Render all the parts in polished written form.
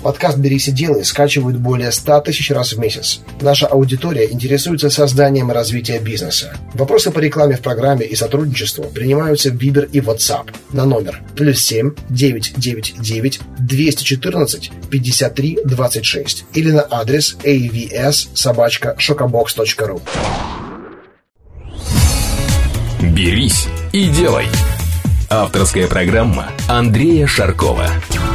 Подкаст «Берись и делай» скачивают более 100 тысяч раз в месяц. Наша аудитория интересуется созданием и развитием бизнеса. Вопросы по рекламе в программе и сотрудничеству принимаются в Viber и WhatsApp на номер +7 999 214 53 26 или на адрес avs@shokabox.ru. «Берись и делай». Авторская программа Андрея Шаркова.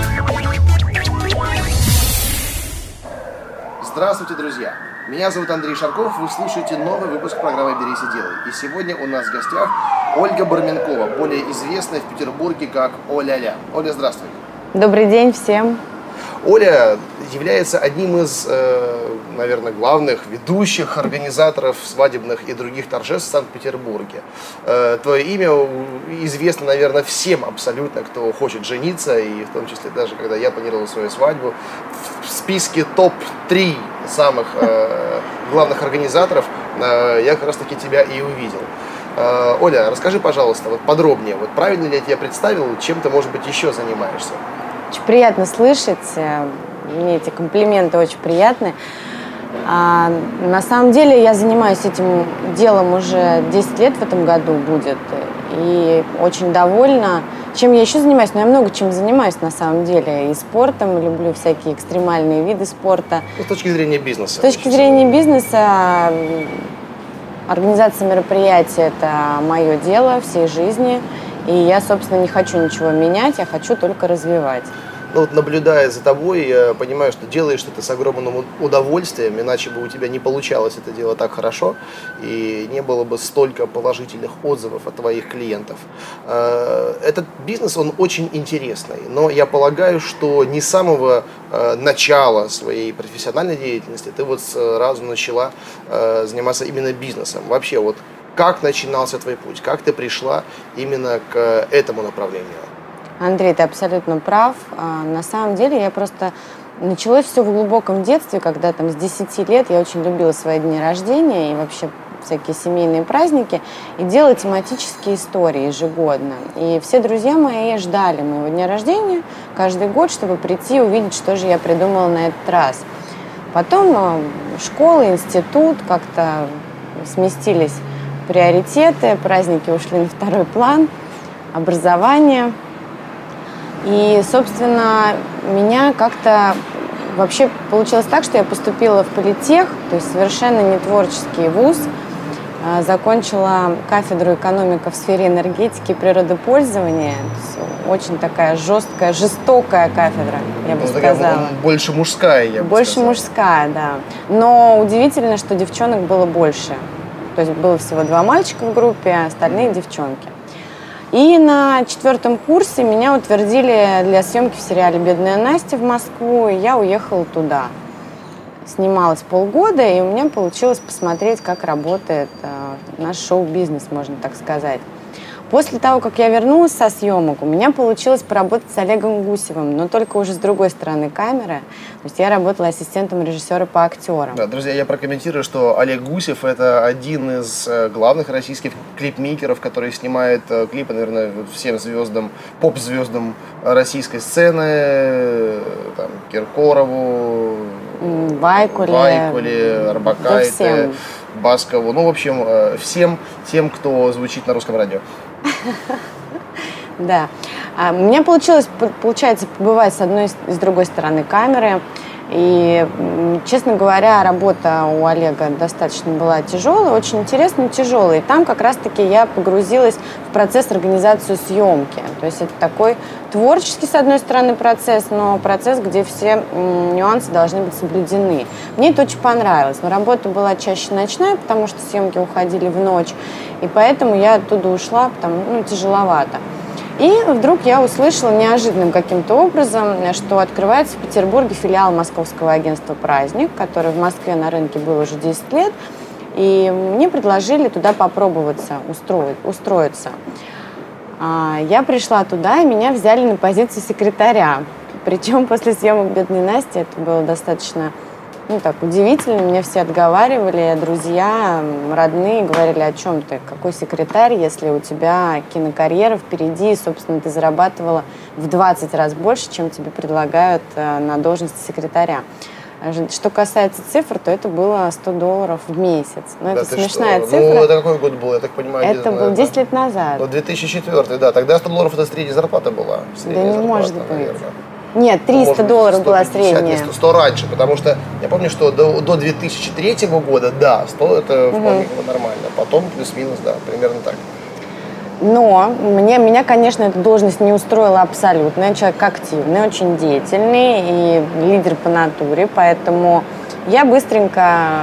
Здравствуйте, друзья! Меня зовут Андрей Шарков, вы слушаете новый выпуск программы «Берись и делай». И сегодня у нас в гостях Ольга Барменкова, более известная в Петербурге как Оля-ля. Оля, здравствуй! Добрый день всем! Оля является одним из, наверное, главных ведущих организаторов свадебных и других торжеств в Санкт-Петербурге. Твое имя известно, наверное, всем абсолютно, кто хочет жениться, и в том числе даже, когда я планировал свою свадьбу, в списке топ-3 самых главных организаторов я как раз-таки тебя и увидел. Оля, расскажи, пожалуйста, вот подробнее, вот правильно ли я тебя представил, чем ты, может быть, еще занимаешься? Очень приятно слышать, мне эти комплименты очень приятны. На самом деле я занимаюсь этим делом уже 10 лет в этом году будет, и очень довольна. Чем я еще занимаюсь? Ну, я много чем занимаюсь на самом деле. И спортом, люблю всякие экстремальные виды спорта. Ну, с точки зрения бизнеса. С точки зрения бизнеса, организация мероприятий – это мое дело всей жизни. И я, собственно, не хочу ничего менять, я хочу только развивать. Ну, вот наблюдая за тобой, я понимаю, что делаешь ты это с огромным удовольствием, иначе бы у тебя не получалось это дело так хорошо, и не было бы столько положительных отзывов от твоих клиентов. Этот бизнес, он очень интересный, но я полагаю, что не с самого начала своей профессиональной деятельности ты вот сразу начала заниматься именно бизнесом. Вообще, вот как начинался твой путь? Как ты пришла именно к этому направлению? Андрей, ты абсолютно прав. На самом деле я просто... Началось все в глубоком детстве, когда там с 10 лет я очень любила свои дни рождения и вообще всякие семейные праздники, и делала тематические истории ежегодно. И все друзья мои ждали моего дня рождения каждый год, чтобы прийти и увидеть, что же я придумала на этот раз. Потом школа, институт, как-то сместились приоритеты, праздники ушли на второй план, образование. И, собственно, меня как-то вообще получилось так, что я поступила в политех, то есть совершенно не творческий вуз, закончила кафедру экономика в сфере энергетики и природопользования. Очень такая жесткая, жестокая кафедра, я бы сказала. Больше мужская, я бы Больше сказала. мужская, да. Но удивительно, что девчонок было больше. То есть было всего 2 мальчика в группе, а остальные девчонки. И на 4 курсе меня утвердили для съемки в сериале «Бедная Настя» в Москву, и я уехала туда. Снималась полгода, и у меня получилось посмотреть, как работает наш шоу-бизнес, можно так сказать. После того, как я вернулась со съемок, у меня получилось поработать с Олегом Гусевым, но только уже с другой стороны камеры. То есть я работала ассистентом режиссера по актерам. Да, друзья, я прокомментирую, что Олег Гусев – это один из главных российских клипмейкеров, который снимает клипы, наверное, всем звездам, поп-звездам российской сцены, там, Киркорову, Вайкуле, Арбакайте, Баскову, ну, в общем, всем тем, кто звучит на русском радио. Да. У меня получается, побывать с одной и с другой стороны камеры. И, честно говоря, работа у Олега достаточно была тяжелая, очень интересная, но тяжелая. И там как раз-таки я погрузилась в процесс организации съемки. То есть это такой творческий, с одной стороны, процесс, но процесс, где все нюансы должны быть соблюдены. Мне это очень понравилось. Но работа была чаще ночная, потому что съемки уходили в ночь. И поэтому я оттуда ушла, потому тяжеловато. И вдруг я услышала неожиданным каким-то образом, что открывается в Петербурге филиал московского агентства «Праздник», который в Москве на рынке был уже 10 лет. И мне предложили туда попробоваться, устроиться. Я пришла туда, и меня взяли на позицию секретаря. Причем после съемок «Бедной Насти» это было достаточно ну так, удивительно. Меня все отговаривали, друзья, родные говорили: о чем ты, какой секретарь, если у тебя кинокарьера впереди, и, собственно, ты зарабатывала в 20 раз больше, чем тебе предлагают на должности секретаря. Что касается цифр, то это было $100 в месяц. Но Да, это смешная цифра. Ну, это какой год был, я так понимаю? Это было 10 лет назад. Ну, 2004, да. Тогда $100 это средняя зарплата была. Да не может быть. Наверное. Нет, $300 была средняя. 100 раньше, потому что я помню, что до 2003 года, да, 100 это вполне было нормально. Потом плюс-минус, да, примерно так. Но меня, конечно, эта должность не устроила абсолютно. Я человек активный, очень деятельный и лидер по натуре, поэтому я быстренько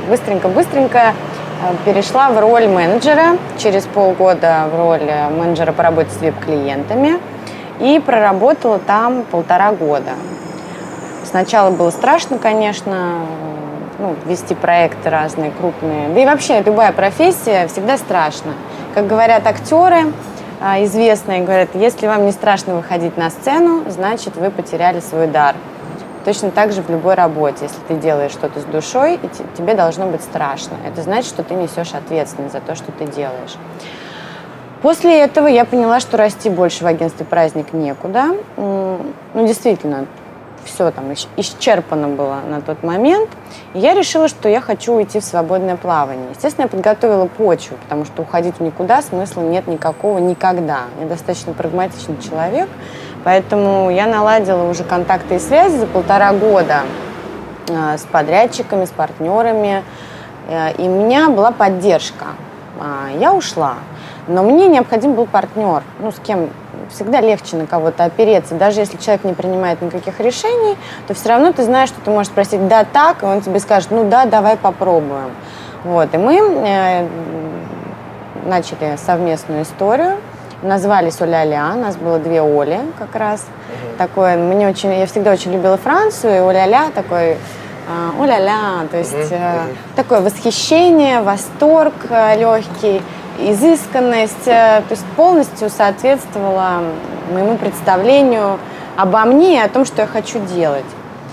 перешла в роль менеджера, через полгода в роль менеджера по работе с веб-клиентами и проработала там 1,5 года. Сначала было страшно, конечно, вести проекты разные, крупные. Да и вообще любая профессия всегда страшна. Как говорят актеры известные, говорят: если вам не страшно выходить на сцену, значит, вы потеряли свой дар. Точно так же в любой работе. Если ты делаешь что-то с душой, и тебе должно быть страшно. Это значит, что ты несешь ответственность за то, что ты делаешь. После этого я поняла, что расти больше в агентстве «Праздник» некуда. Действительно, все там исчерпано было на тот момент. И я решила, что я хочу уйти в свободное плавание. Естественно, я подготовила почву, потому что уходить в никуда смысла нет никакого никогда. Я достаточно прагматичный человек, поэтому я наладила уже контакты и связи за 1,5 года с подрядчиками, с партнерами. И у меня была поддержка. Я ушла. Но мне необходим был партнер, с кем всегда легче на кого-то опереться. Даже если человек не принимает никаких решений, то все равно ты знаешь, что ты можешь спросить: да, так, и он тебе скажет: ну да, давай попробуем. И мы начали совместную историю, назвались «Оля-ля», нас было 2 Оли как раз. Такое, я всегда очень любила Францию, и «Оля-ля» такой... «Оля-ля», то есть такое восхищение, восторг легкий, изысканность, то есть полностью соответствовала моему представлению обо мне и о том, что я хочу делать.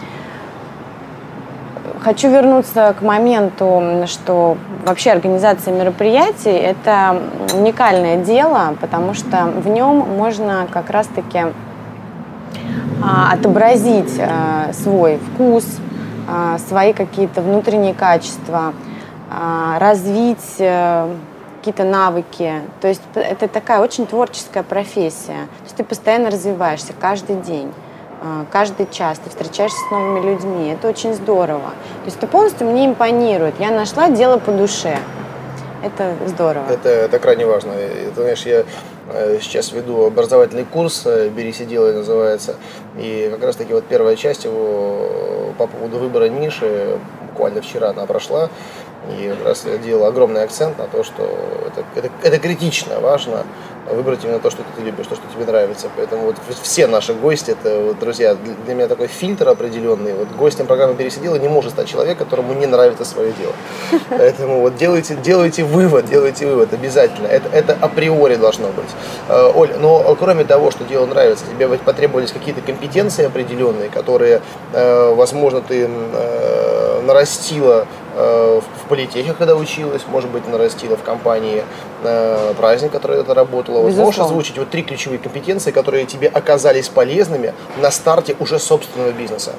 Хочу вернуться к моменту, что вообще организация мероприятий – это уникальное дело, потому что в нем можно как раз-таки отобразить свой вкус, свои какие-то внутренние качества, развить какие-то навыки. То есть это такая очень творческая профессия. То есть ты постоянно развиваешься каждый день, каждый час, ты встречаешься с новыми людьми. Это очень здорово. То есть это полностью мне импонирует. Я нашла дело по душе. Это здорово. Это крайне важно. Ты знаешь, я сейчас веду образовательный курс «Берись и делай» называется. И как раз таки первая часть его по поводу выбора ниши, буквально вчера она прошла. И как раз я делал огромный акцент на то, что это критично важно выбрать именно то, что ты любишь, то, что тебе нравится. Поэтому все наши гости, это, друзья, для меня такой фильтр определенный. Гостем программы «Берись и делай» не может стать человек, которому не нравится свое дело. Поэтому делайте вывод обязательно. Это априори должно быть. Оль, но кроме того, что дело нравится, тебе потребовались какие-то компетенции определенные, которые, возможно, ты нарастила в политехе, когда училась, может быть, нарастила в компании «Праздник», которая это работала. Можешь озвучить 3 ключевые компетенции, которые тебе оказались полезными на старте уже собственного бизнеса?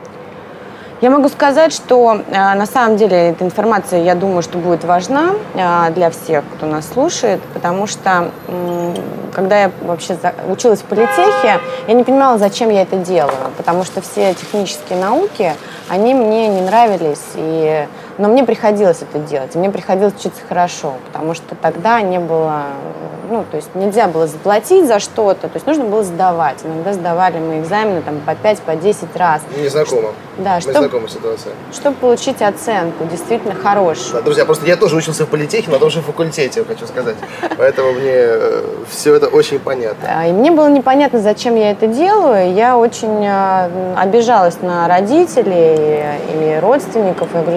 Я могу сказать, что на самом деле эта информация, я думаю, что будет важна для всех, кто нас слушает, потому что когда я вообще училась в политехе, я не понимала, зачем я это делаю, потому что все технические науки, они мне не нравились, но мне приходилось это делать, и мне приходилось учиться хорошо, потому что тогда не было, то есть нельзя было заплатить за что-то, то есть нужно было сдавать. Иногда сдавали мы экзамены по 5, по 10 раз. Не знакомо. Да, знакома ситуация. Чтобы получить оценку действительно хорошую. Да, друзья, просто я тоже учился в политехе, на том же факультете, хочу сказать. Поэтому мне все это очень понятно. И мне было непонятно, зачем я это делаю. Я очень обижалась на родителей и родственников. Я говорю: зачем же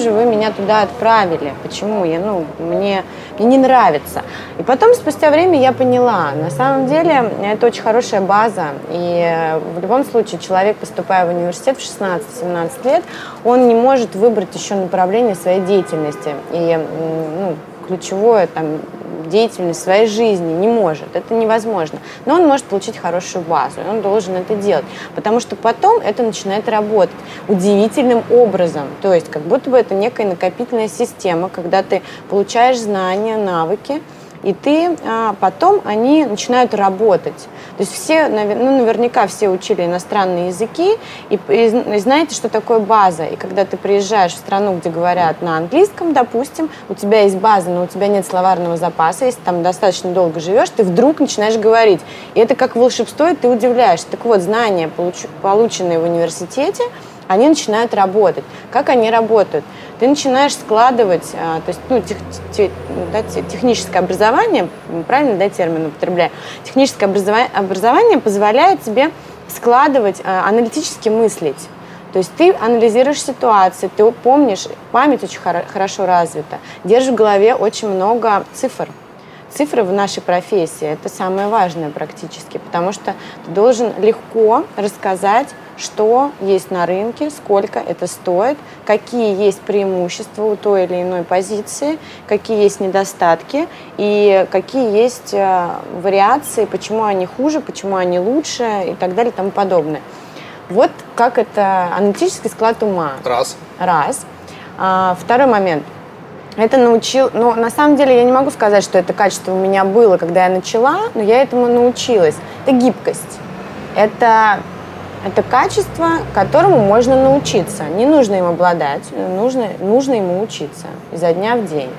же вы меня туда отправили? Почему? Мне не нравится. И потом, спустя время, я поняла, на самом деле, это очень хорошая база. И в любом случае, человек, поступая в университет в 16-17 лет, он не может выбрать еще направление своей деятельности. И ключевое там деятельность своей жизни не может, это невозможно. Но он может получить хорошую базу, и он должен это делать, потому что потом это начинает работать удивительным образом. То есть как будто бы это некая накопительная система, когда ты получаешь знания, навыки, и потом они начинают работать. То есть все, наверняка все учили иностранные языки, и знаете, что такое база. И когда ты приезжаешь в страну, где говорят на английском, допустим, у тебя есть база, но у тебя нет словарного запаса, если там достаточно долго живешь, ты вдруг начинаешь говорить. И это как волшебство, и ты удивляешься. Так вот, знания, полученные в университете, они начинают работать. Как они работают? Ты начинаешь складывать, то есть техническое образование, правильно, да, термин употребляю, техническое образование позволяет тебе складывать, аналитически мыслить. То есть ты анализируешь ситуацию, ты помнишь, память очень хорошо развита, держишь в голове очень много цифр. Цифры в нашей профессии – это самое важное практически, потому что ты должен легко рассказать, что есть на рынке, сколько это стоит, какие есть преимущества у той или иной позиции, какие есть недостатки и какие есть вариации, почему они хуже, почему они лучше и так далее и тому подобное. Вот как это аналитический склад ума. Раз. Второй момент. Это но на самом деле я не могу сказать, что это качество у меня было, когда я начала, но я этому научилась. Это гибкость. Это качество, которому можно научиться. Не нужно им обладать, нужно ему учиться изо дня в день.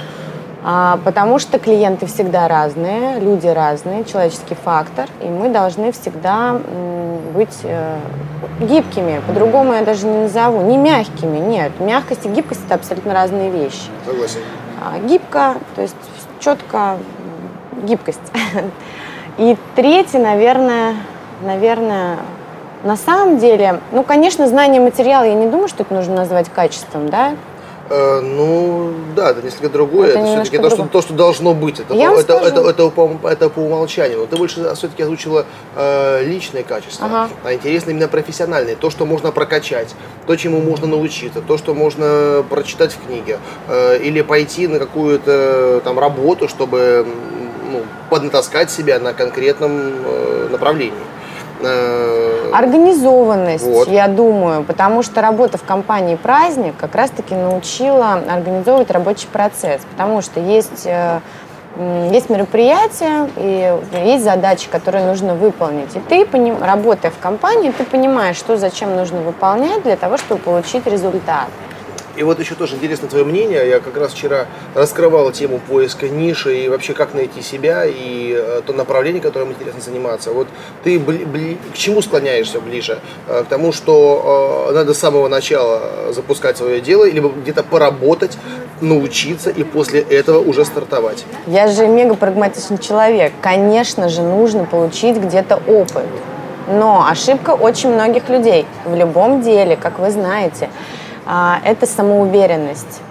Потому что клиенты всегда разные, люди разные, человеческий фактор, и мы должны всегда быть гибкими. По-другому я даже не назову. Не мягкими, нет. Мягкость и гибкость – это абсолютно разные вещи. Согласен. Гибко, то есть четко гибкость. И третье, наверное, на самом деле, конечно, знание материала, я не думаю, что это нужно назвать качеством, да? Да, это несколько другое. Это все-таки то, что должно быть. Это по умолчанию. Но ты больше все-таки озвучила личные качества, а интересно именно профессиональные. То, что можно прокачать, то, чему можно научиться, то, что можно прочитать в книге. Или пойти на какую-то там работу, чтобы поднатаскать себя на конкретном направлении. Организованность, я думаю, потому что работа в компании «Праздник» как раз-таки научила организовывать рабочий процесс, потому что есть мероприятия и есть задачи, которые нужно выполнить. И ты, работая в компании, ты понимаешь, что зачем нужно выполнять для того, чтобы получить результат. И вот еще тоже интересно твое мнение. Я как раз вчера раскрывал тему поиска ниши и вообще как найти себя и то направление, которым интересно заниматься. Вот ты к чему склоняешься ближе? К тому, что надо с самого начала запускать свое дело, либо где-то поработать, научиться и после этого уже стартовать? Я же мега прагматичный человек. Конечно же, нужно получить где-то опыт. Но ошибка очень многих людей в любом деле, как вы знаете, это самоуверенность.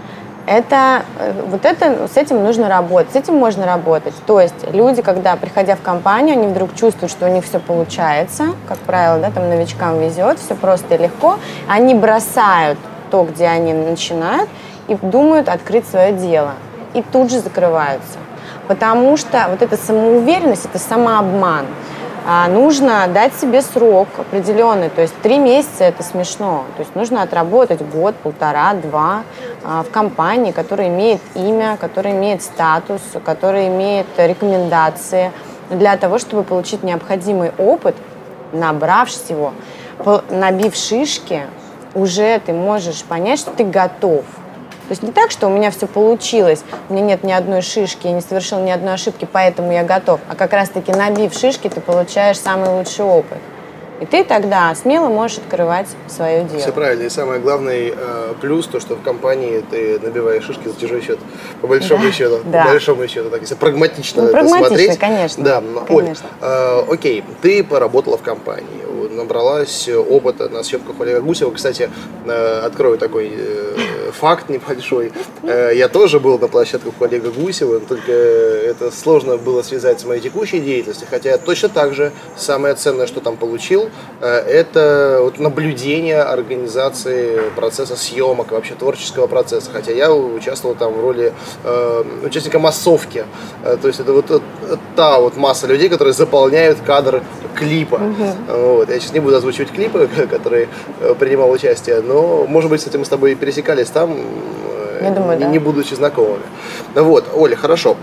С этим нужно работать, с этим можно работать. То есть люди, когда, приходя в компанию, они вдруг чувствуют, что у них все получается, как правило, да, там новичкам везет, все просто и легко, они бросают то, где они начинают, и думают открыть свое дело. И тут же закрываются. Потому что вот эта самоуверенность, это самообман. Нужно дать себе срок определенный, то есть 3 месяца это смешно, то есть нужно отработать год, 1,5-2 в компании, которая имеет имя, которая имеет статус, которая имеет рекомендации для того, чтобы получить необходимый опыт, набравшись его, набив шишки, уже ты можешь понять, что ты готов. То есть не так, что у меня все получилось, у меня нет ни одной шишки, я не совершил ни одной ошибки, поэтому я готов. А как раз-таки набив шишки, ты получаешь самый лучший опыт. И ты тогда смело можешь открывать свое дело. Все правильно. И самый главный плюс, то, что в компании ты набиваешь шишки за чужой счет. По большому счету. Да. По большому счету. Так, если прагматично это смотреть. Конечно. Да. Конечно. Оль, окей, ты поработала в компании. набралась опыта на съемках Олега Гусева. Кстати, открою такой факт небольшой. Я тоже был на площадках Олега Гусева, только это сложно было связать с моей текущей деятельностью, хотя точно так же самое ценное, что там получил, это вот наблюдение организации процесса съемок, вообще творческого процесса, хотя я участвовал там в роли участника массовки, то есть это вот та вот масса людей, которые заполняют кадр клипа. Вот. Я сейчас не буду озвучивать клипы, которые принимал участие, но, может быть, с этим мы с тобой пересекались там, не будучи знакомыми. Вот, Оля, хорошо.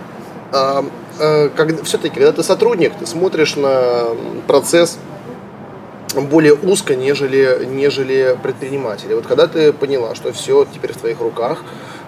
Все-таки, когда ты сотрудник, ты смотришь на процесс более узко, нежели предприниматели. Вот когда ты поняла, что все теперь в твоих руках,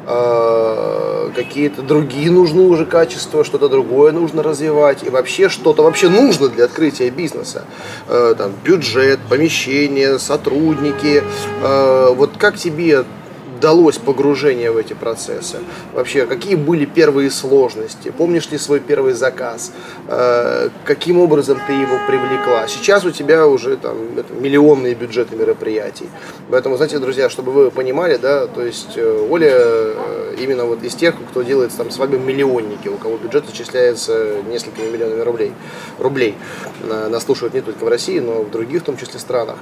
какие-то другие нужны уже качества, что-то другое нужно развивать, и вообще что-то вообще нужно для открытия бизнеса. Там, бюджет, помещение, сотрудники. Вот как тебе далось погружение в эти процессы? Вообще, какие были первые сложности? Помнишь ли свой первый заказ? Каким образом ты его привлекла? Сейчас у тебя уже там миллионные бюджеты мероприятий. Поэтому, знаете, друзья, чтобы вы понимали, да, то есть Оля именно вот из тех, кто делает там свадьбы-миллионники, у кого бюджет исчисляется несколькими миллионами рублей. Нас слушают не только в России, но и в других, в том числе, странах.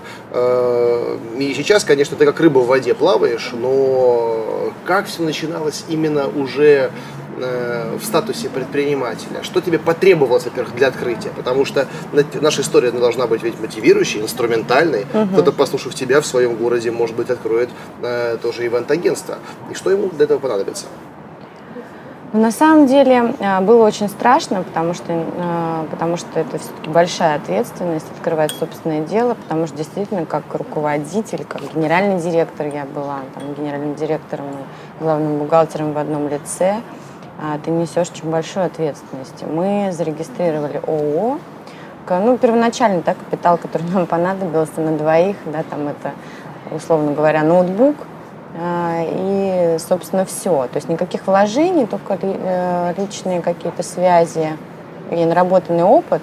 И сейчас, конечно, ты как рыба в воде плаваешь, но как все начиналось именно уже в статусе предпринимателя? Что тебе потребовалось, во-первых, для открытия? Потому что наша история должна быть ведь мотивирующей, инструментальной. Кто-то, послушав тебя в своем городе, может быть, откроет тоже ивент-агентство. И что ему для этого понадобится? На самом деле было очень страшно, потому что это все-таки большая ответственность открывать собственное дело, потому что действительно как руководитель, как генеральный директор, я была там, генеральным директором и главным бухгалтером в одном лице, ты несешь очень большую ответственность. Мы зарегистрировали ООО, первоначально капитал, который нам понадобился на двоих, да, там это, условно говоря, ноутбук, и, собственно, все. То есть никаких вложений, только личные какие-то связи и наработанный опыт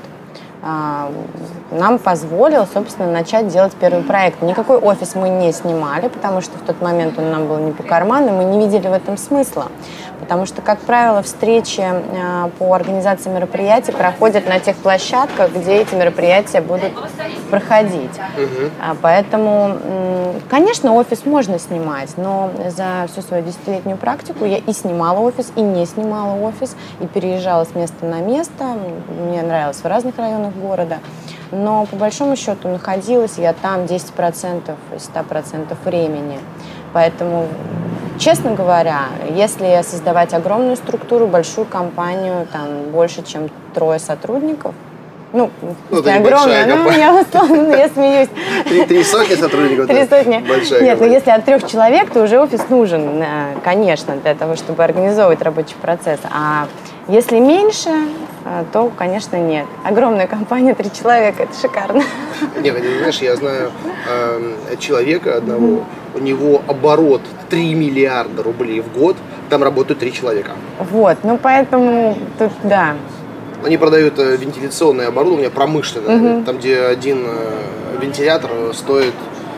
нам позволил, собственно, начать делать первый проект. Никакой офис мы не снимали, потому что в тот момент он нам был не по карману, мы не видели в этом смысла. Потому что, как правило, встречи по организации мероприятий проходят на тех площадках, где эти мероприятия будут проходить. Поэтому, конечно, офис можно снимать, но за всю свою 10-летнюю практику я и снимала офис, и не снимала офис, и переезжала с места на место. Мне нравилось в разных районах города. Но, по большому счету, находилась я там 10% из 100% времени. Поэтому, честно говоря, если создавать огромную структуру, большую компанию, там больше, чем 3 сотрудников, огромная, я условно, я смеюсь. 3 сотни сотрудников? 3 сотни. Большая Нет, компания. если от 3 человек, то уже офис нужен, конечно, для того, чтобы организовывать рабочий процесс. А если меньше, то, конечно, нет. Огромная компания, 3 человека, это шикарно. Нет, знаешь, я знаю человека одного, у него оборот 3 миллиарда рублей в год, там работают 3 человека. Вот, поэтому тут, да. Они продают вентиляционное оборудование промышленное, там, где один вентилятор стоит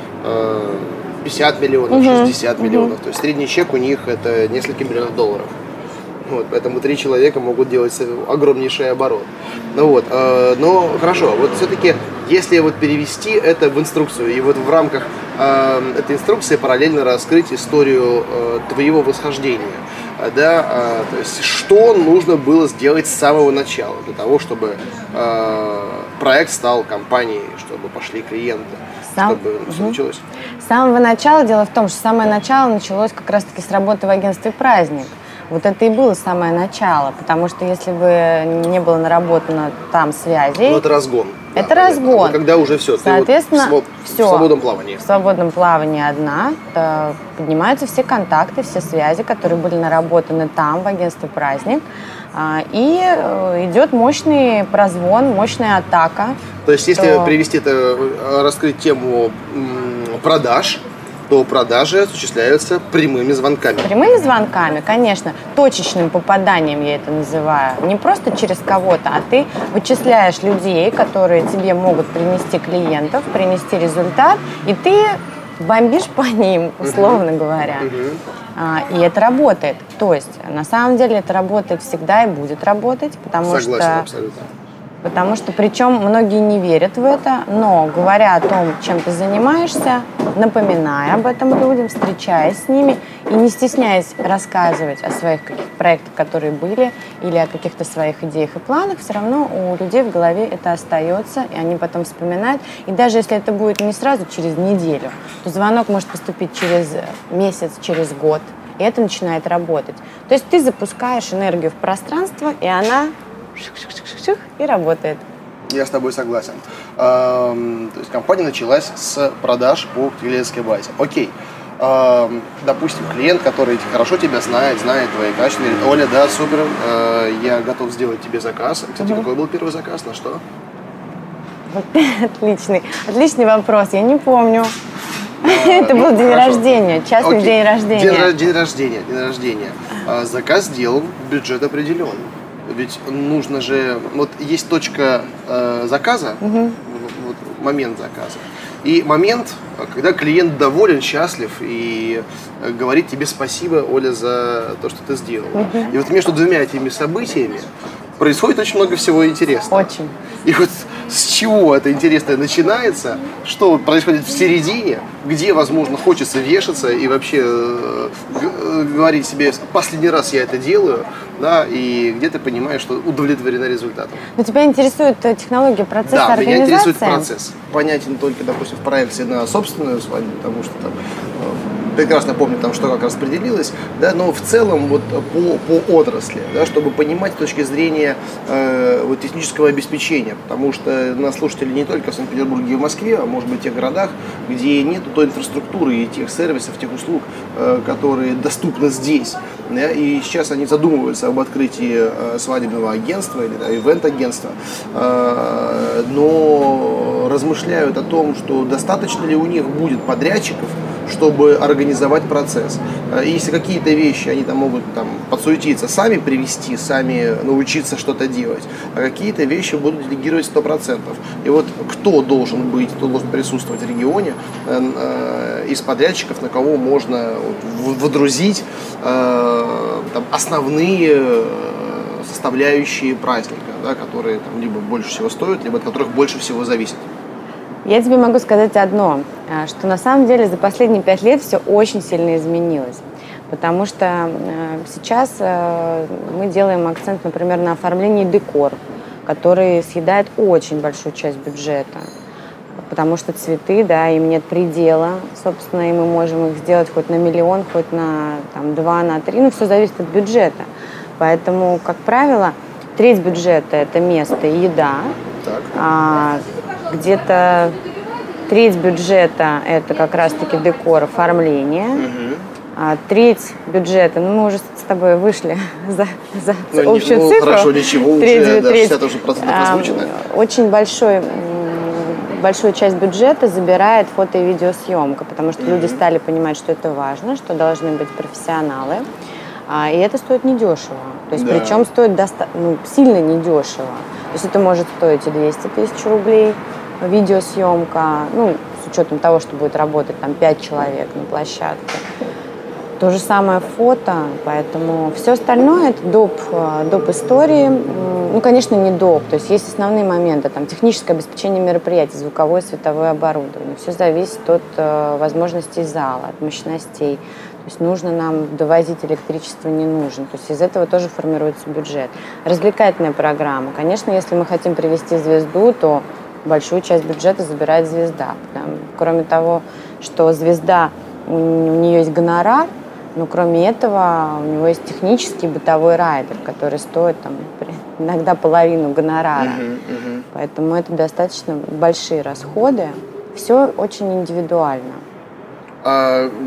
50 миллионов, 60 миллионов. То есть средний чек у них это несколько миллионов долларов. Вот, поэтому 3 человека могут делать огромнейший оборот. Но хорошо, вот все-таки, если вот перевести это в инструкцию, и вот в рамках этой инструкции параллельно раскрыть историю твоего восхождения, да, то есть что нужно было сделать с самого начала для того, чтобы проект стал компанией, чтобы пошли клиенты, чтобы все началось? С самого начала, дело в том, что самое начало началось как раз-таки с работы в агентстве «Праздник». Вот это и было самое начало, потому что если бы не было наработано там связей... Это разгон. Это разгон. А когда уже все, соответственно, ты в свободном плавании. В свободном плавании поднимаются все контакты, все связи, которые были наработаны там, в агентстве «Праздник». И идет мощный прозвон, мощная атака. То есть, если привести это, раскрыть тему продаж, то продажи осуществляются прямыми звонками. Прямыми звонками, конечно, точечным попаданием я это называю. Не просто через кого-то, а ты вычисляешь людей, которые тебе могут принести клиентов, принести результат, и ты бомбишь по ним, условно говоря. И это работает. То есть, на самом деле, это работает всегда и будет работать, Согласен, абсолютно. Потому что, причем, многие не верят в это, но говоря о том, чем ты занимаешься, напоминая об этом людям, встречаясь с ними и не стесняясь рассказывать о своих каких-то проектах, которые были, или о каких-то своих идеях и планах, все равно у людей в голове это остается, и они потом вспоминают. И даже если это будет не сразу, через неделю, то звонок может поступить через месяц, через год, и это начинает работать. То есть ты запускаешь энергию в пространство, и она и работает. Я с тобой согласен. То есть компания началась с продаж по клиентской базе. Окей. Допустим, клиент, который хорошо тебя знает твои качества, говорит: Оля, да, супер, я готов сделать тебе заказ. Кстати, какой был первый заказ, на что? Отличный вопрос, я не помню. Это был день рождения, частный день рождения. День рождения. Заказ сделан, бюджет определен. Ведь нужно же... Вот есть точка заказа, вот, момент заказа. И момент, когда клиент доволен, счастлив и говорит тебе спасибо, Оля, за то, что ты сделала. И вот между двумя этими событиями происходит очень много всего интересного. Очень. И вот с чего это интересное начинается, что происходит в середине, где, возможно, хочется вешаться и вообще говорить себе: последний раз я это делаю, да, и где ты понимаешь, что удовлетворена результатом. Но тебя интересует технология, процесс, да, организация? Меня интересует процесс. Понятен только, допустим, в проекте на собственную свадьбу, потому что там прекрасно помню, там, что как распределилось, да, но в целом вот по отрасли, да, чтобы понимать с точки зрения вот, технического обеспечения, потому что нас слушатели не только в Санкт-Петербурге и в Москве, а может быть в тех городах, где нет той инфраструктуры и тех сервисов, тех услуг, которые доступны здесь. Да, и сейчас они задумываются об открытии свадебного агентства или ивент-агентства, но размышляют о том, что достаточно ли у них будет подрядчиков, чтобы организовать процесс. И если какие-то вещи они там могут там подсуетиться, сами привести, сами научиться что-то делать, а какие-то вещи будут делегировать 100%. И вот кто должен быть, кто должен присутствовать в регионе из подрядчиков, на кого можно водрузить там, основные составляющие праздника, да, которые там, либо больше всего стоят, либо от которых больше всего зависит. Я тебе могу сказать одно, что на самом деле за последние 5 лет все очень сильно изменилось. Потому что сейчас мы делаем акцент, например, на оформлении декор, который съедает очень большую часть бюджета. Потому что цветы, да, им нет предела, собственно, и мы можем их сделать хоть на 1 миллион, хоть на там, 2, на 3, все зависит от бюджета. Поэтому, как правило, треть бюджета – это место и еда. Где-то треть бюджета – это как раз-таки декор, оформление. Треть бюджета, мы уже с тобой вышли за общую цифру. Хорошо, ничего, уже да, 60% озвучено. Очень большую часть бюджета забирает фото- и видеосъемка, потому что люди стали понимать, что это важно, что должны быть профессионалы. И это стоит недешево. То есть, причем стоит сильно недешево. То есть это может стоить и 200 тысяч рублей, видеосъемка, с учетом того, что будет работать там 5 человек на площадке. То же самое фото, поэтому все остальное это доп. Истории. Конечно, не доп. То есть есть основные моменты, там техническое обеспечение мероприятий, звуковое, световое оборудование. Все зависит от возможностей зала, от мощностей. То есть нужно нам довозить электричество, не нужно. То есть из этого тоже формируется бюджет. Развлекательная программа. Конечно, если мы хотим привести звезду, то большую часть бюджета забирает звезда. Кроме того, что звезда, у нее есть гонорар, но кроме этого у него есть технический бытовой райдер, который стоит иногда половину гонорара. Поэтому это достаточно большие расходы. Все очень индивидуально.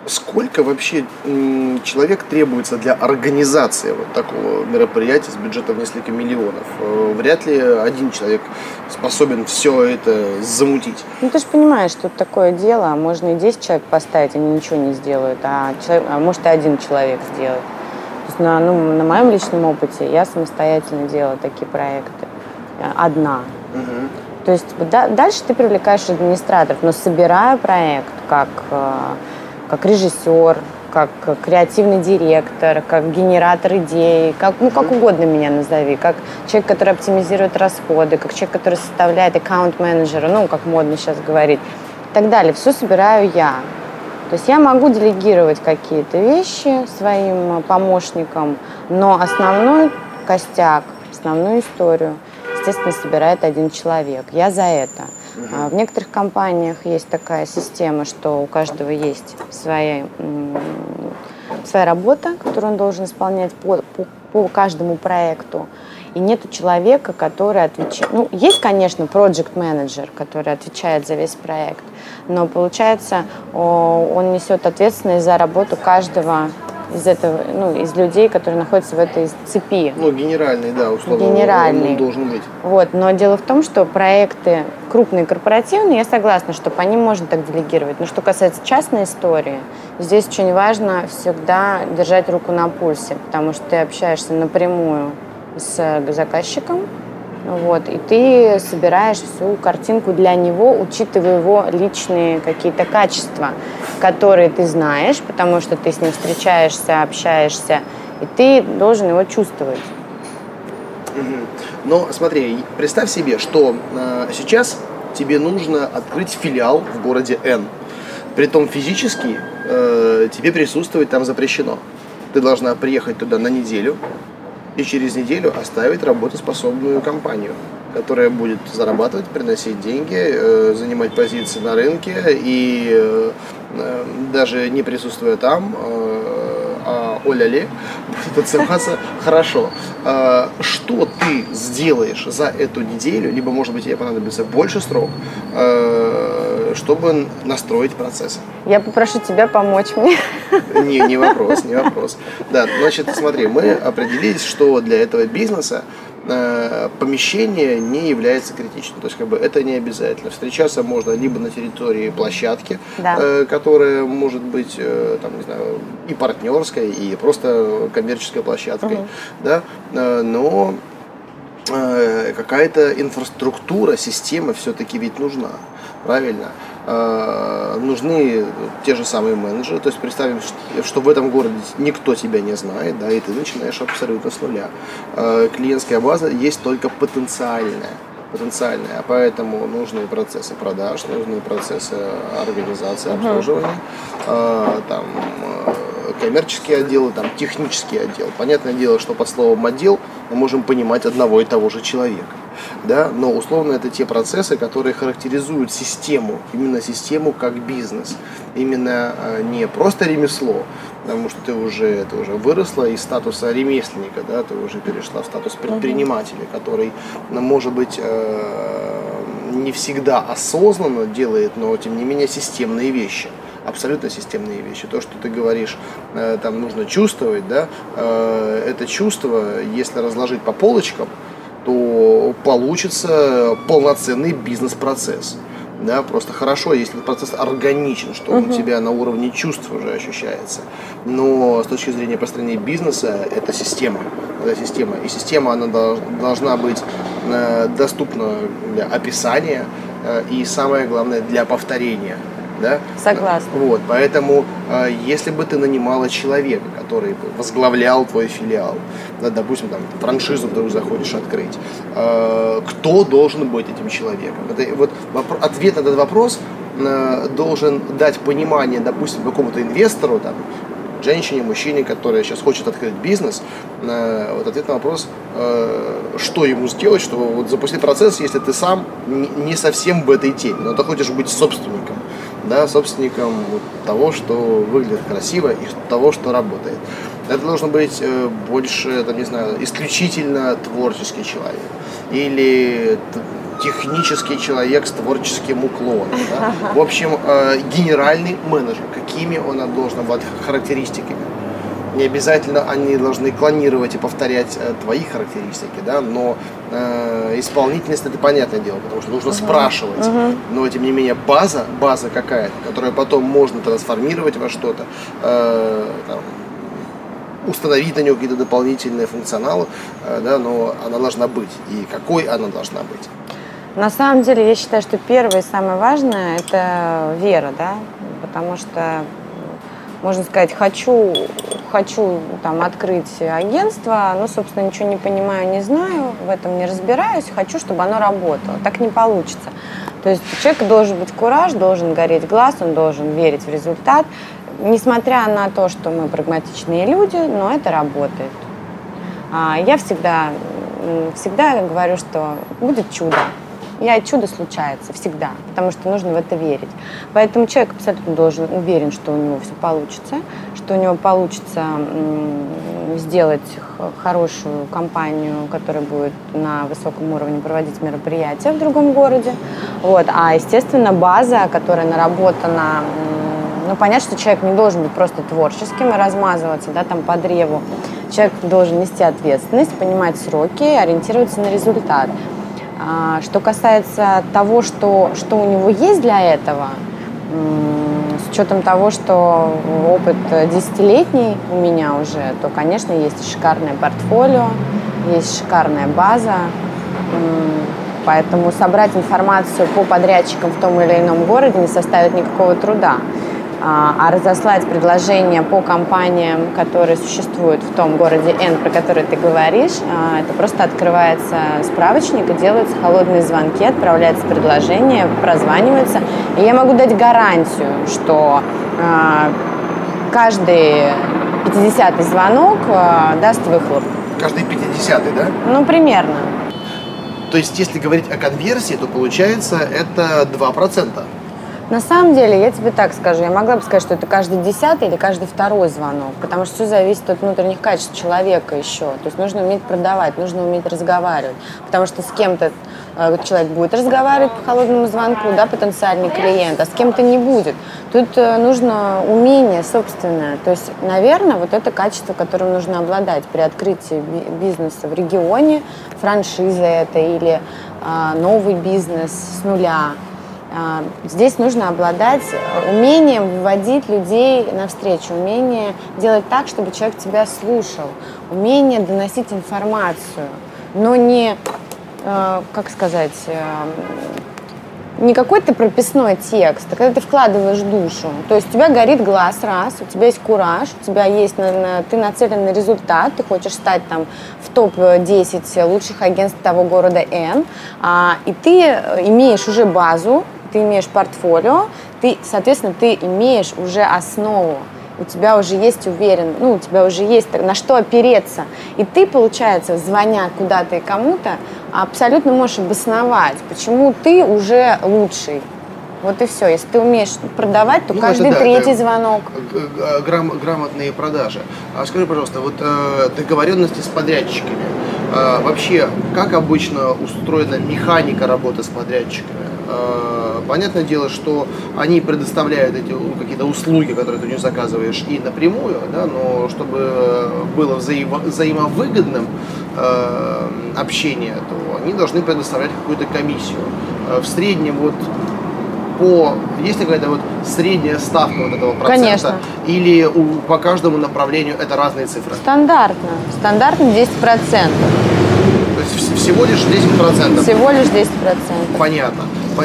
Сколько вообще человек требуется для организации вот такого мероприятия с бюджетом в несколько миллионов? Вряд ли один человек способен все это замутить. Ну, ты же понимаешь, что тут такое дело, можно и 10 человек поставить, они ничего не сделают, а может и один человек сделает. То есть на моем личном опыте я самостоятельно делала такие проекты. Одна. Угу. То есть дальше ты привлекаешь администраторов, но собирая проект как режиссер, как креативный директор, как генератор идей, как угодно меня назови, как человек, который оптимизирует расходы, как человек, который составляет аккаунт-менеджера, как модно сейчас говорить, и так далее. Все собираю я. То есть я могу делегировать какие-то вещи своим помощникам, но основной костяк, основную историю, естественно, собирает один человек. Я за это. В некоторых компаниях есть такая система, что у каждого есть своя работа, которую он должен исполнять по каждому проекту. И нету человека, который отвечает... есть, конечно, project manager, который отвечает за весь проект, но, получается, он несет ответственность за работу каждого из людей, которые находятся в этой цепи. Генеральный, да, условно. Генеральный. Он должен быть. Но дело в том, что проекты крупные, корпоративные, я согласна, что по ним можно так делегировать. Но что касается частной истории, здесь очень важно всегда держать руку на пульсе, потому что ты общаешься напрямую с заказчиком, и ты собираешь всю картинку для него, учитывая его личные какие-то качества, которые ты знаешь, потому что ты с ним встречаешься, общаешься, и ты должен его чувствовать. Но смотри, представь себе, что сейчас тебе нужно открыть филиал в городе Н. Притом физически тебе присутствовать там запрещено. Ты должна приехать туда на неделю, и через неделю оставить работоспособную компанию, которая будет зарабатывать, приносить деньги, занимать позиции на рынке и даже не присутствуя там, оля-ле, будет отзываться хорошо. Что ты сделаешь за эту неделю, либо, может быть, тебе понадобится больше срок, чтобы настроить процесс? Я попрошу тебя помочь мне. Не вопрос. Да, значит, смотри, мы определились, что для этого бизнеса помещение не является критичным. То есть, это не обязательно. Встречаться можно либо на территории площадки, да, которая может быть, и партнерской, и просто коммерческой площадкой, да, но какая-то инфраструктура, система все-таки ведь нужна. Правильно? Нужны те же самые менеджеры. То есть представим, что в этом городе никто тебя не знает, да, и ты начинаешь абсолютно с нуля. Клиентская база есть только потенциальная, поэтому нужны процессы продаж, нужны процессы организации, обслуживания, коммерческие отделы, технический отдел. Понятное дело, что под словом отдел мы можем понимать одного и того же человека. Да? Но условно это те процессы, которые характеризуют систему, именно систему как бизнес. Именно не просто ремесло, потому что ты уже выросла из статуса ремесленника, да? Ты уже перешла в статус предпринимателя, который, может быть, не всегда осознанно делает, но тем не менее системные вещи. Абсолютно системные вещи. То, что ты говоришь, там нужно чувствовать, да, это чувство, если разложить по полочкам, то получится полноценный бизнес-процесс. Да, просто хорошо, если процесс органичен, что он у тебя на уровне чувств уже ощущается. Но с точки зрения построения бизнеса, это система. И система, она должна быть доступна для описания и, самое главное, для повторения. Да? Согласна. Поэтому, если бы ты нанимала человека, который бы возглавлял твой филиал, да, допустим, франшизу вдруг захочешь открыть, кто должен быть этим человеком? Ответ на этот вопрос должен дать понимание, допустим, какому-то инвестору, женщине, мужчине, который сейчас хочет открыть бизнес, ответ на вопрос, что ему сделать, чтобы запустить процесс, если ты сам не совсем в этой теме, но ты хочешь быть собственником. Да, собственником того, что выглядит красиво, и того, что работает. Это должен быть больше, исключительно творческий человек. Или технический человек с творческим уклоном. Да? В общем, генеральный менеджер. какими он должен обладать характеристиками. Не обязательно они должны клонировать и повторять твои характеристики, да, но исполнительность — это понятное дело, потому что нужно спрашивать. Но, тем не менее, база какая-то, которую потом можно трансформировать во что-то, установить на нее какие-то дополнительные функционалы, да, но она должна быть. И какой она должна быть? На самом деле, я считаю, что первое и самое важное – это вера, да, потому что, можно сказать, хочу там открыть агентство, но, собственно, ничего не понимаю, не знаю, в этом не разбираюсь, хочу, чтобы оно работало. Так не получится. То есть у человека должен быть кураж, должен гореть глаз, он должен верить в результат, несмотря на то, что мы прагматичные люди, но это работает. Я всегда говорю, что будет чудо. Чудо случается всегда, потому что нужно в это верить. Поэтому человек абсолютно должен уверен, что у него все получится, что у него получится сделать хорошую компанию, которая будет на высоком уровне проводить мероприятия в другом городе. Вот. А, естественно, база, которая наработана, понятно, что человек не должен быть просто творческим и размазываться, да, там по древу. Человек должен нести ответственность, понимать сроки, ориентироваться на результат. Что касается того, что у него есть для этого, с учетом того, что опыт 10-летний у меня уже, то, конечно, есть шикарное портфолио, есть шикарная база. Поэтому собрать информацию по подрядчикам в том или ином городе не составит никакого труда. А разослать предложения по компаниям, которые существуют в том городе N, про который ты говоришь, это просто открывается справочник и делаются холодные звонки, отправляется предложение, прозванивается. И я могу дать гарантию, что каждый 50-й звонок даст выхлоп. Каждый 50-й, да? Примерно. То есть, если говорить о конверсии, то получается это 2%. На самом деле, я тебе так скажу, я могла бы сказать, что это каждый 10-й или каждый 2-й звонок, потому что все зависит от внутренних качеств человека еще. То есть нужно уметь продавать, нужно уметь разговаривать, потому что с кем-то человек будет разговаривать по холодному звонку, да, потенциальный клиент, а с кем-то не будет. Тут нужно умение собственное. То есть, наверное, вот это качество, которым нужно обладать при открытии бизнеса в регионе, франшиза это или новый бизнес с нуля. Здесь нужно обладать умением выводить людей навстречу, умение делать так, чтобы человек тебя слушал, умение доносить информацию, но не, не какой-то прописной текст, а когда ты вкладываешь душу. То есть у тебя горит глаз, раз, у тебя есть кураж, у тебя есть, ты нацелен на результат, ты хочешь стать там в топ-10 лучших агентств того города N, и ты имеешь уже базу, ты имеешь портфолио, соответственно, ты имеешь уже основу, у тебя уже есть у тебя уже есть на что опереться. И ты, получается, звоня куда-то и кому-то, абсолютно можешь обосновать, почему ты уже лучший. Вот и все. Если ты умеешь продавать, то каждый третий звонок. Грамотные продажи. Скажи, пожалуйста, вот договоренности с подрядчиками. Вообще, как обычно устроена механика работы с подрядчиками? Понятное дело, что они предоставляют эти какие-то услуги, которые ты у них заказываешь, и напрямую, да, но чтобы было взаимовыгодным общение, то они должны предоставлять какую-то комиссию. В среднем есть какая-то средняя ставка этого процента? Конечно. Или по каждому направлению это разные цифры? Стандартно 10%. То есть всего лишь 10%? Всего лишь 10%. Понятно.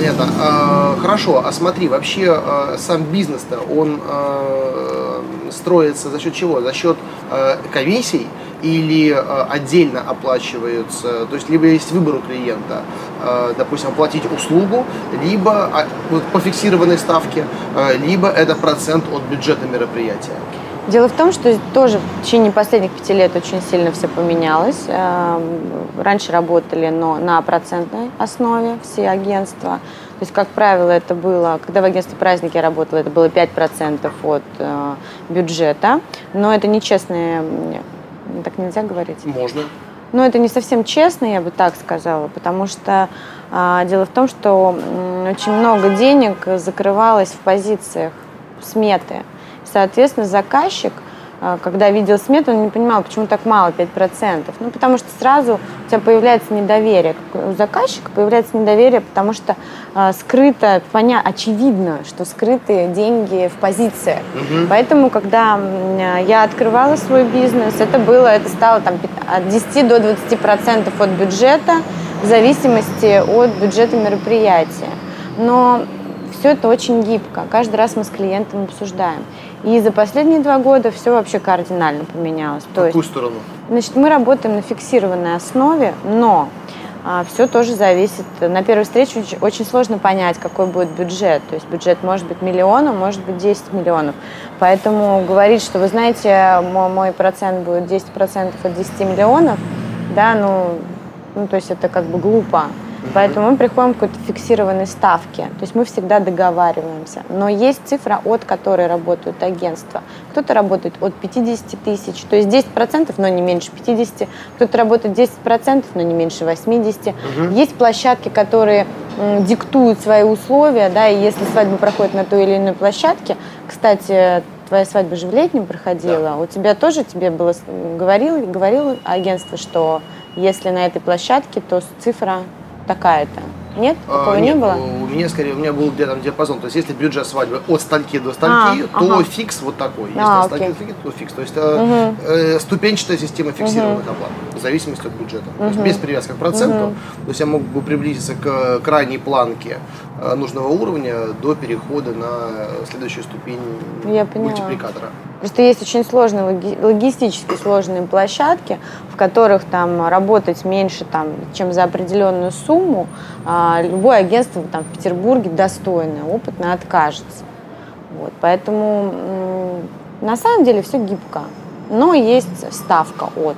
Хорошо, а смотри, вообще сам бизнес-то, он строится за счет чего? За счет комиссий или отдельно оплачиваются? То есть либо есть выбор у клиента, допустим, оплатить услугу, либо по фиксированной ставке, либо это процент от бюджета мероприятия. Дело в том, что тоже в течение последних 5 лет очень сильно все поменялось. Раньше работали, но на процентной основе все агентства. То есть, как правило, это было, когда в агентстве «Праздники» я работала, это было 5% от бюджета. Но это нечестные, так нельзя говорить? Можно. Но это не совсем честно, я бы так сказала, потому что дело в том, что очень много денег закрывалось в позициях сметы. Соответственно, заказчик, когда видел смету, он не понимал, почему так мало, 5%. Ну, потому что сразу у тебя появляется недоверие. У заказчика появляется недоверие, потому что скрыто, очевидно, что скрыты деньги в позициях. Поэтому, когда я открывала свой бизнес, это стало там, от 10 до 20% от бюджета, в зависимости от бюджета мероприятия. Но все это очень гибко. Каждый раз мы с клиентом обсуждаем. И за последние 2 года все вообще кардинально поменялось. В какую сторону? Значит, мы работаем на фиксированной основе, но все тоже зависит. На первой встрече очень сложно понять, какой будет бюджет. То есть бюджет может быть 1 миллион, может быть 10 миллионов. Поэтому говорить, что, вы знаете, мой процент будет 10% от 10 миллионов, да, то есть это как бы глупо. Поэтому мы приходим к какой-то фиксированной ставке. То есть мы всегда договариваемся. Но есть цифра, от которой работают агентства. Кто-то работает от 50 тысяч, то есть 10%, но не меньше 50. Кто-то работает 10%, но не меньше 80. Есть площадки, которые диктуют свои условия, да, и если свадьба проходит на той или иной площадке, кстати, твоя свадьба же в Летнем проходила, да. У тебя тоже, говорило агентство, что если на этой площадке, то цифра такая-то. Нет? Такого нет, не было? У меня был где-то диапазон. То есть, если бюджет свадьбы от стольки до стольки, то фикс вот такой. Если от стольки до стольки, то фикс. То есть, ступенчатая система фиксированных оплат, в зависимости от бюджета. То есть, без привязки к проценту. То есть, я мог бы приблизиться к крайней планке нужного уровня до перехода на следующую ступень мультипликатора. Просто есть очень сложные, логистически сложные площадки, в которых там работать меньше, чем за определенную сумму, любое агентство в Петербурге достойное, опытное откажется. Вот, поэтому на самом деле все гибко, но есть ставка от.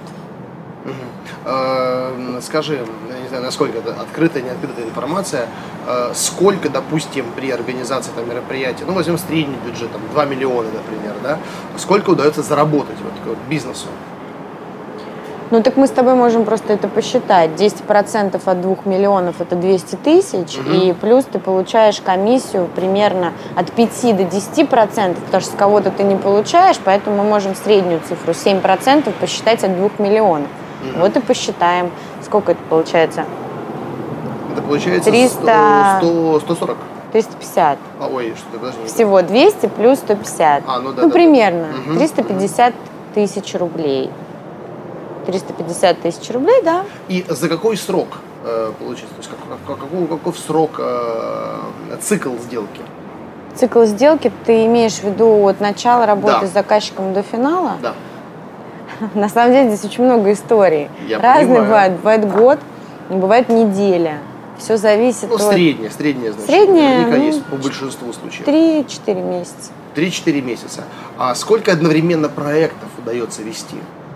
Скажи, я не знаю, насколько это открытая, не открытая информация, сколько, допустим, при организации мероприятия, возьмем средний бюджет, 2 миллиона, например, да, сколько удается заработать бизнесу? Так мы с тобой можем просто это посчитать. 10% от 2 миллионов – это 200 тысяч, и плюс ты получаешь комиссию примерно от 5 до 10%, потому что с кого-то ты не получаешь, поэтому мы можем среднюю цифру 7% посчитать от 2 миллионов. Вот и посчитаем, сколько это получается. Это получается 140? 350. Подожди. Всего 200 плюс 150. Примерно. 350 тысяч рублей. 350 тысяч рублей, да. И за какой срок получится? То есть каков срок, цикл сделки? Цикл сделки ты имеешь в виду от начала работы с заказчиком до финала? Да. На самом деле здесь очень много историй. Разные бывают. Бывает год, бывает неделя. Все зависит от... Среднее значение. Наверняка есть по большинству случаев. 3-4 месяца. 3-4 месяца. А сколько одновременно проектов удается вести?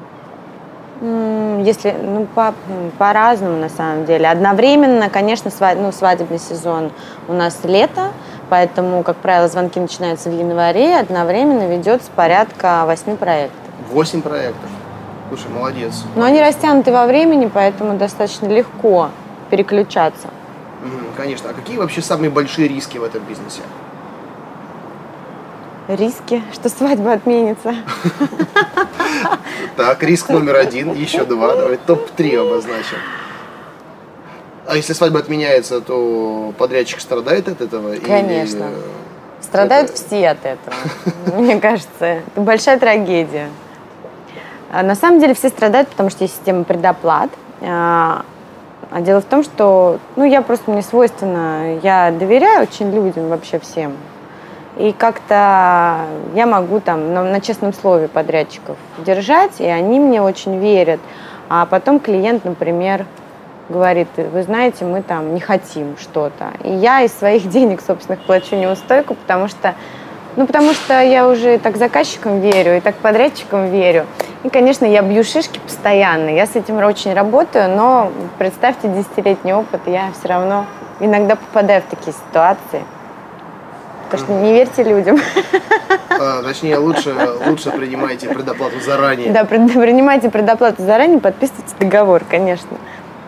Если, по-разному на самом деле. Одновременно, конечно, свадебный сезон у нас лето, поэтому, как правило, звонки начинаются в январе, одновременно ведется порядка 8 проектов. 8 проектов. Слушай, молодец. Но они растянуты во времени, поэтому достаточно легко переключаться. Конечно. А какие вообще самые большие риски в этом бизнесе? Риски, что свадьба отменится. Так, риск номер 1, еще 2. Давай топ-3 обозначим. А если свадьба отменяется, то подрядчик страдает от этого? Конечно. Страдают все от этого. Мне кажется, это большая трагедия. На самом деле все страдают, потому что есть система предоплат. А дело в том, что я просто мне свойственно, я доверяю очень людям, вообще всем. И как-то я могу на честном слове подрядчиков держать, и они мне очень верят. А потом клиент, например, говорит: вы знаете, мы не хотим что-то. И я из своих денег собственных плачу неустойку, потому что я уже и так заказчикам верю, и так подрядчикам верю. И, конечно, я бью шишки постоянно. Я с этим очень работаю, но представьте, 10-летний опыт, я все равно иногда попадаю в такие ситуации. Так что не верьте людям. Точнее, лучше принимайте предоплату заранее. Да, принимайте предоплату заранее, подписывайте договор, конечно.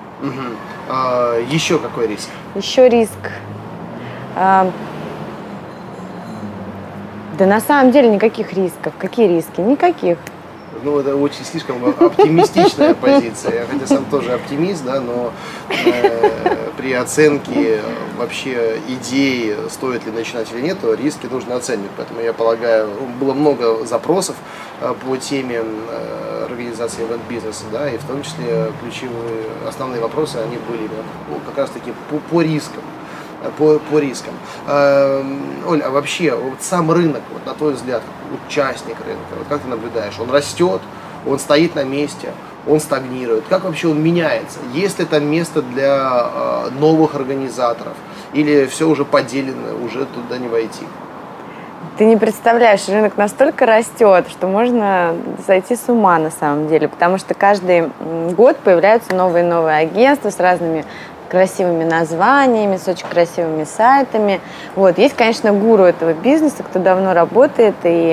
Еще какой риск? Еще риск. Да на самом деле никаких рисков. Какие риски? Никаких. Ну, это очень слишком оптимистичная позиция. Я хотя сам тоже оптимист, да, но при оценке вообще идеи, стоит ли начинать или нет, то риски нужно оценивать. Поэтому я полагаю, было много запросов по теме организации ивент-бизнеса, да, и в том числе ключевые, основные вопросы, они были именно как раз-таки по рискам. По рискам. Оль, а вообще, вот сам рынок, вот, на твой взгляд, участник рынка, вот как ты наблюдаешь, он растет, он стоит на месте, он стагнирует, как вообще он меняется, есть ли там место для новых организаторов, или все уже поделено, уже туда не войти? Ты не представляешь, рынок настолько растет, что можно сойти с ума на самом деле, потому что каждый год появляются новые и новые агентства с разными красивыми названиями, с очень красивыми сайтами. Вот. Есть, конечно, гуру этого бизнеса, кто давно работает,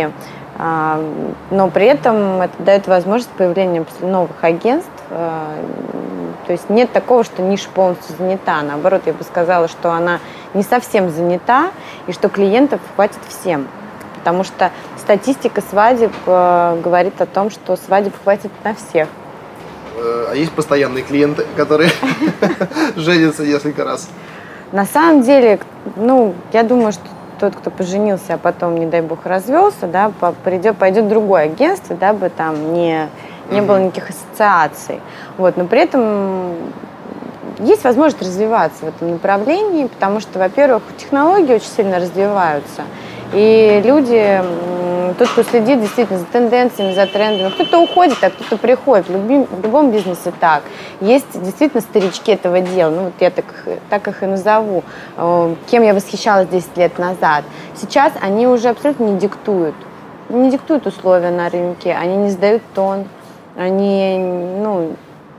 но при этом это дает возможность появления новых агентств. То есть нет такого, что ниша полностью занята. Наоборот, я бы сказала, что она не совсем занята и что клиентов хватит всем. Потому что статистика свадеб говорит о том, что свадеб хватит на всех. А есть постоянные клиенты, которые женятся несколько раз? На самом деле, я думаю, что тот, кто поженился, а потом, не дай бог, развелся, да, пойдет в другое агентство, дабы там не было никаких ассоциаций. Вот, но при этом есть возможность развиваться в этом направлении, потому что, во-первых, технологии очень сильно развиваются. И люди, тот, кто следит действительно за тенденциями, за трендами, кто-то уходит, а кто-то приходит. В любом бизнесе так. Есть действительно старички этого дела. Ну, вот я так их и назову. Кем я восхищалась 10 лет назад. Сейчас они уже абсолютно не диктуют условия на рынке, они не сдают тон, они,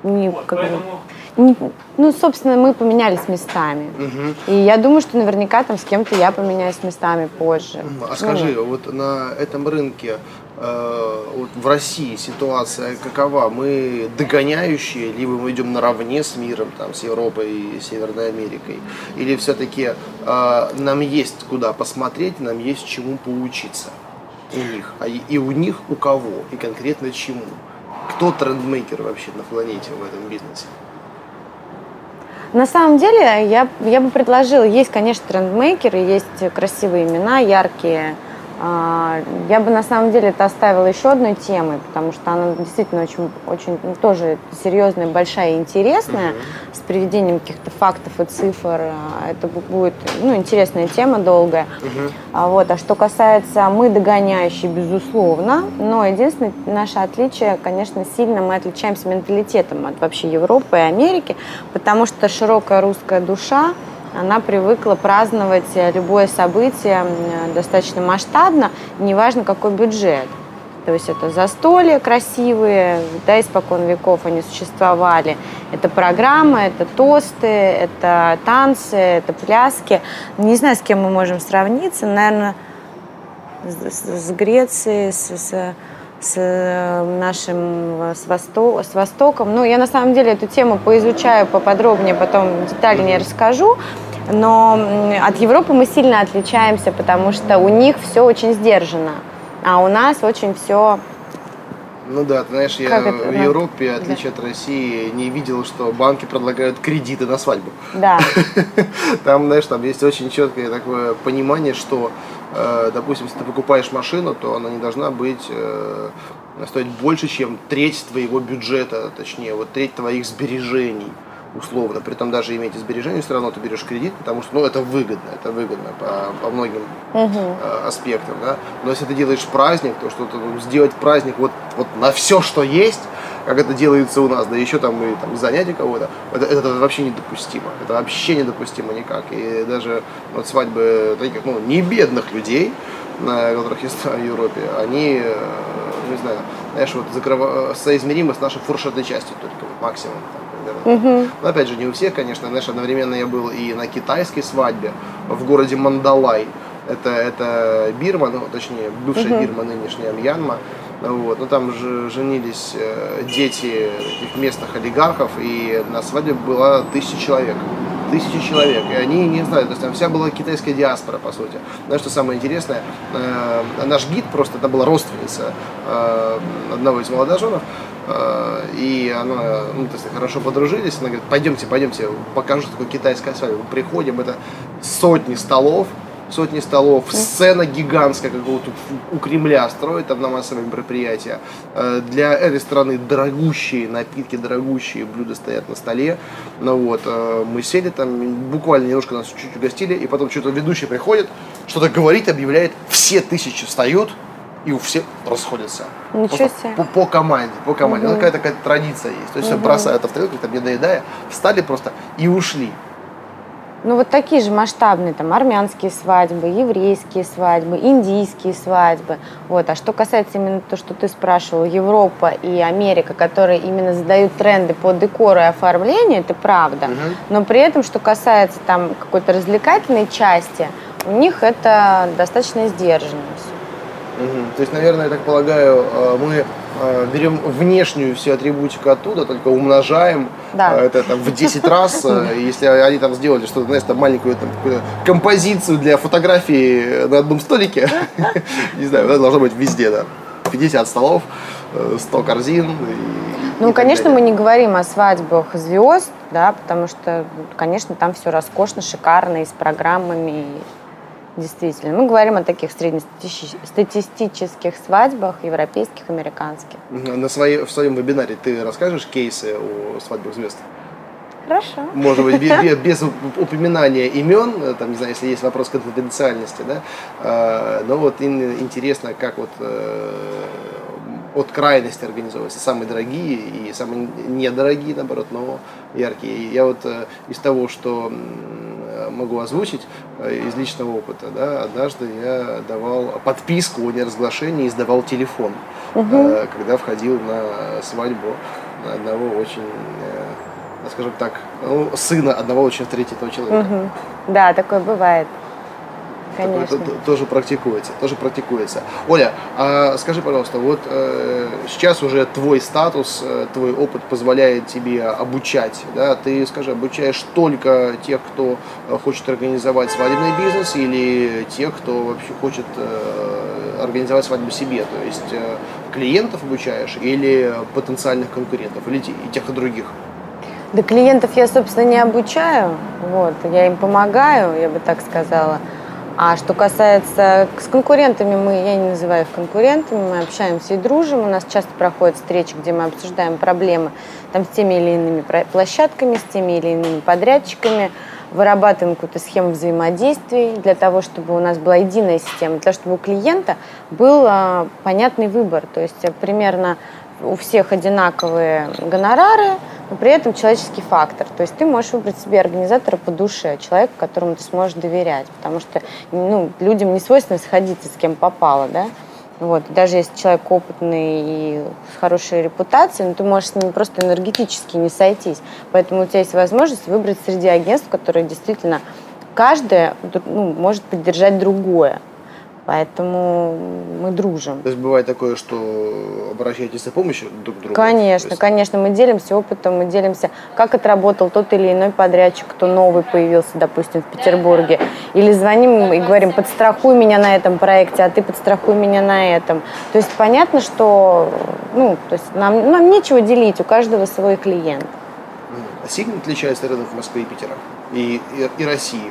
собственно, мы поменялись местами. И я думаю, что наверняка там с кем-то я поменяюсь местами позже. А скажи, вот на этом рынке вот в России ситуация какова? Мы догоняющие, либо мы идем наравне с миром, там, с Европой и Северной Америкой? Или все-таки нам есть куда посмотреть, нам есть чему поучиться у них? И у них у кого? И конкретно чему? Кто трендмейкер вообще на планете в этом бизнесе? На самом деле, я бы предложила, есть, конечно, трендмейкеры, есть красивые имена, яркие. Я бы на самом деле это оставила еще одной темой, потому что она действительно очень тоже серьезная, большая и интересная, с приведением каких-то фактов и цифр. Это будет интересная тема, долгая. А что касается мы догоняющие, безусловно, но единственное наше отличие, конечно, сильно мы отличаемся менталитетом от вообще Европы и Америки, потому что широкая русская душа, она привыкла праздновать любое событие достаточно масштабно, неважно какой бюджет. То есть это застолья красивые, да, испокон веков они существовали. Это программы, это тосты, это танцы, это пляски. Не знаю, с кем мы можем сравниться, наверное, с Грецией, с Востоком. Я на самом деле эту тему поизучаю поподробнее, потом детальнее расскажу. Но от Европы мы сильно отличаемся, потому что у них все очень сдержано, а у нас очень все... Ну да, ты знаешь, я в Европе, в отличие от России, не видел, что банки предлагают кредиты на свадьбу. Да. Там, знаешь, там есть очень четкое такое понимание, что, допустим, если ты покупаешь машину, то она не должна быть стоить больше, чем треть твоего бюджета, точнее, вот треть твоих сбережений. Условно, при этом даже иметь сбережения, все равно ты берешь кредит, потому что это выгодно по многим аспектам, да? Но если ты делаешь праздник, то что-то сделать праздник вот на все, что есть, как это делается у нас, да еще там и занятия кого-то, это вообще недопустимо, это вообще недопустимо никак, и даже вот свадьбы таких, не бедных людей, которых есть в Европе, они, не знаю, знаешь, соизмеримы с нашей фуршетной частью только, максимум. Но опять же, не у всех, конечно. Знаешь, одновременно я был и на китайской свадьбе в городе Мандалай. Это Бирма, точнее, бывшая Бирма, нынешняя Мьянма. Но там же женились дети этих местных олигархов, и на свадьбе было 1000 человек. 1000 человек. И они, не знаю, то есть там вся была китайская диаспора, по сути. Знаешь, что самое интересное? Наш гид просто, это была родственница одного из молодоженов, и она, ну, то есть хорошо подружились, она говорит, пойдемте, покажу, что такое китайская свадьба. Мы приходим, это сотни столов, сцена гигантская, как вот у Кремля строят там на массовые мероприятия. Для этой страны дорогущие напитки, дорогущие блюда стоят на столе. Ну вот, мы сели там, буквально немножко нас чуть-чуть угостили, и потом что-то ведущий приходит, что-то говорит, объявляет, все 1000 встают, и у всех расходятся. Ничего себе. По команде. Ну, какая-то традиция есть. То есть все бросают автомобиль, там, не доедая, встали просто и ушли. Ну, вот такие же масштабные, там, армянские свадьбы, еврейские свадьбы, индийские свадьбы. Вот. А что касается именно того, что ты спрашивал, Европа и Америка, которые именно задают тренды по декору и оформлению, это правда. Но при этом, что касается там какой-то развлекательной части, у них это достаточно сдержанно все. То есть, наверное, я так полагаю, мы берем внешнюю всю атрибутику оттуда, только умножаем это там, в 10 раз. Если они там сделали что-то, знаешь, там маленькую там, композицию для фотографии на одном столике, не знаю, это должно быть везде, да. 50 столов, 100 корзин. Ну, конечно, мы не говорим о свадьбах звезд, да, потому что, конечно, там все роскошно, шикарно, и с программами. Действительно. Мы говорим о таких среднестатистических свадьбах, европейских, американских. В своем вебинаре ты расскажешь кейсы о свадьбах звезд? Хорошо. Может быть, без упоминания имен, там, не знаю, если есть вопрос конфиденциальности, да, но вот интересно, как вот от крайности организовываются самые дорогие и самые недорогие, наоборот, но яркие. Я вот из того, что могу озвучить из личного опыта, да, однажды я давал подписку о неразглашении и сдавал телефон, когда входил на свадьбу одного очень, скажем так, сына одного очень авторитетного человека. Да, такое бывает. Конечно. Тоже практикуется. Оля, а скажи, пожалуйста, вот сейчас уже твой статус, твой опыт позволяет тебе обучать, да? Ты, скажи, обучаешь только тех, кто хочет организовать свадебный бизнес, или тех, кто вообще хочет организовать свадьбу себе? То есть клиентов обучаешь или потенциальных конкурентов, или и тех, и других? Да, клиентов я, собственно, не обучаю, вот, я им помогаю, я бы так сказала. А что касается с конкурентами, я не называю их конкурентами, мы общаемся и дружим. У нас часто проходят встречи, где мы обсуждаем проблемы там, с теми или иными площадками, с теми или иными подрядчиками, вырабатываем какую-то схему взаимодействий для того, чтобы у нас была единая система, для того, чтобы у клиента был понятный выбор. То есть примерно у всех одинаковые гонорары, но при этом человеческий фактор. То есть ты можешь выбрать себе организатора по душе, человека, которому ты сможешь доверять, потому что людям не свойственно сходиться с кем попало, да? Вот. Даже если человек опытный и с хорошей репутацией, ты можешь с ним просто энергетически не сойтись. Поэтому у тебя есть возможность выбрать среди агентств, которые действительно каждое может поддержать другое. Поэтому мы дружим. То есть бывает такое, что обращаетесь за помощью друг к другу? Конечно, мы делимся опытом, мы делимся, как отработал тот или иной подрядчик, кто новый появился, допустим, в Петербурге. Или звоним и говорим, подстрахуй меня на этом проекте, а ты подстрахуй меня на этом. То есть понятно, что нам нечего делить, у каждого свой клиент. А сильно отличается рынок Москвы и Питера? И России?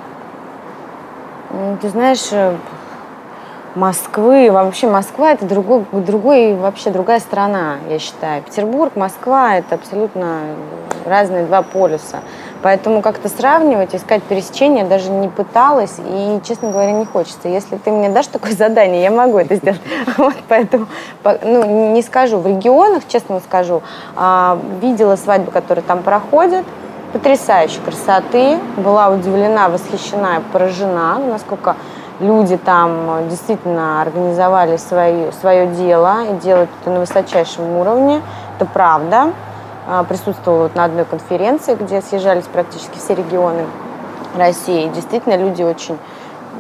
Ты знаешь, Москва это другая страна, я считаю. Петербург, Москва – это абсолютно разные два полюса. Поэтому как-то сравнивать, искать пересечения даже не пыталась и, честно говоря, не хочется. Если ты мне дашь такое задание, я могу это сделать. Вот, поэтому, не скажу. В регионах, честно скажу, видела свадьбы, которые там проходят, потрясающей красоты. Была удивлена, восхищена и поражена, насколько люди там действительно организовали свое дело и делают это на высочайшем уровне. Это правда. Присутствовала на одной конференции, где съезжались практически все регионы России. Действительно, люди очень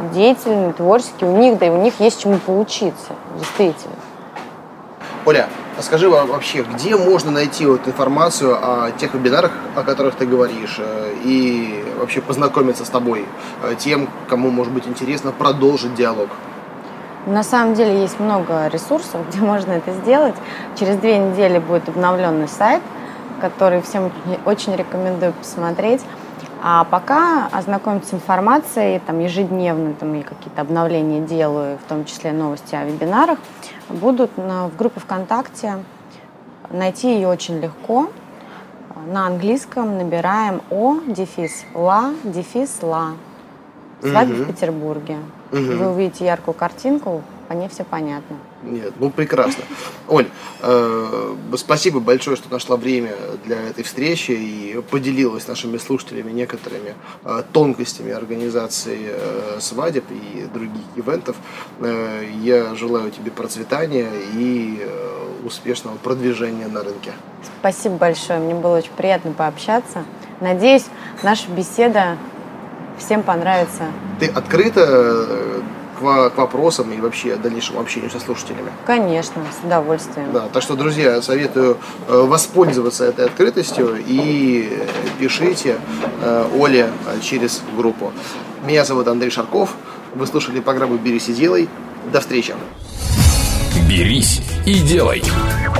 деятельные, творческие. У них есть чему поучиться. Действительно. Оля, А скажи вообще, где можно найти вот информацию о тех вебинарах, о которых ты говоришь, и вообще познакомиться с тобой, тем, кому может быть интересно продолжить диалог? На самом деле есть много ресурсов, где можно это сделать. Через 2 недели будет обновленный сайт, который всем очень рекомендую посмотреть. А пока ознакомиться с информацией, там ежедневно там я какие-то обновления делаю, в том числе новости о вебинарах, будут в группе ВКонтакте. Найти ее очень легко. На английском набираем О-ла-ла. Свадьба в Петербурге. Вы увидите яркую картинку, по ней все понятно. Нет, ну прекрасно. Оль, спасибо большое, что нашла время для этой встречи и поделилась с нашими слушателями некоторыми тонкостями организации свадеб и других ивентов. Я желаю тебе процветания и успешного продвижения на рынке. Спасибо большое, мне было очень приятно пообщаться. Надеюсь, наша беседа всем понравится. Ты открыта к вопросам и вообще дальнейшему общению со слушателями? Конечно, с удовольствием. Да, так что, друзья, советую воспользоваться этой открытостью и пишите Оле через группу. Меня зовут Андрей Шарков. Вы слушали программу «Берись и делай». До встречи. «Берись и делай».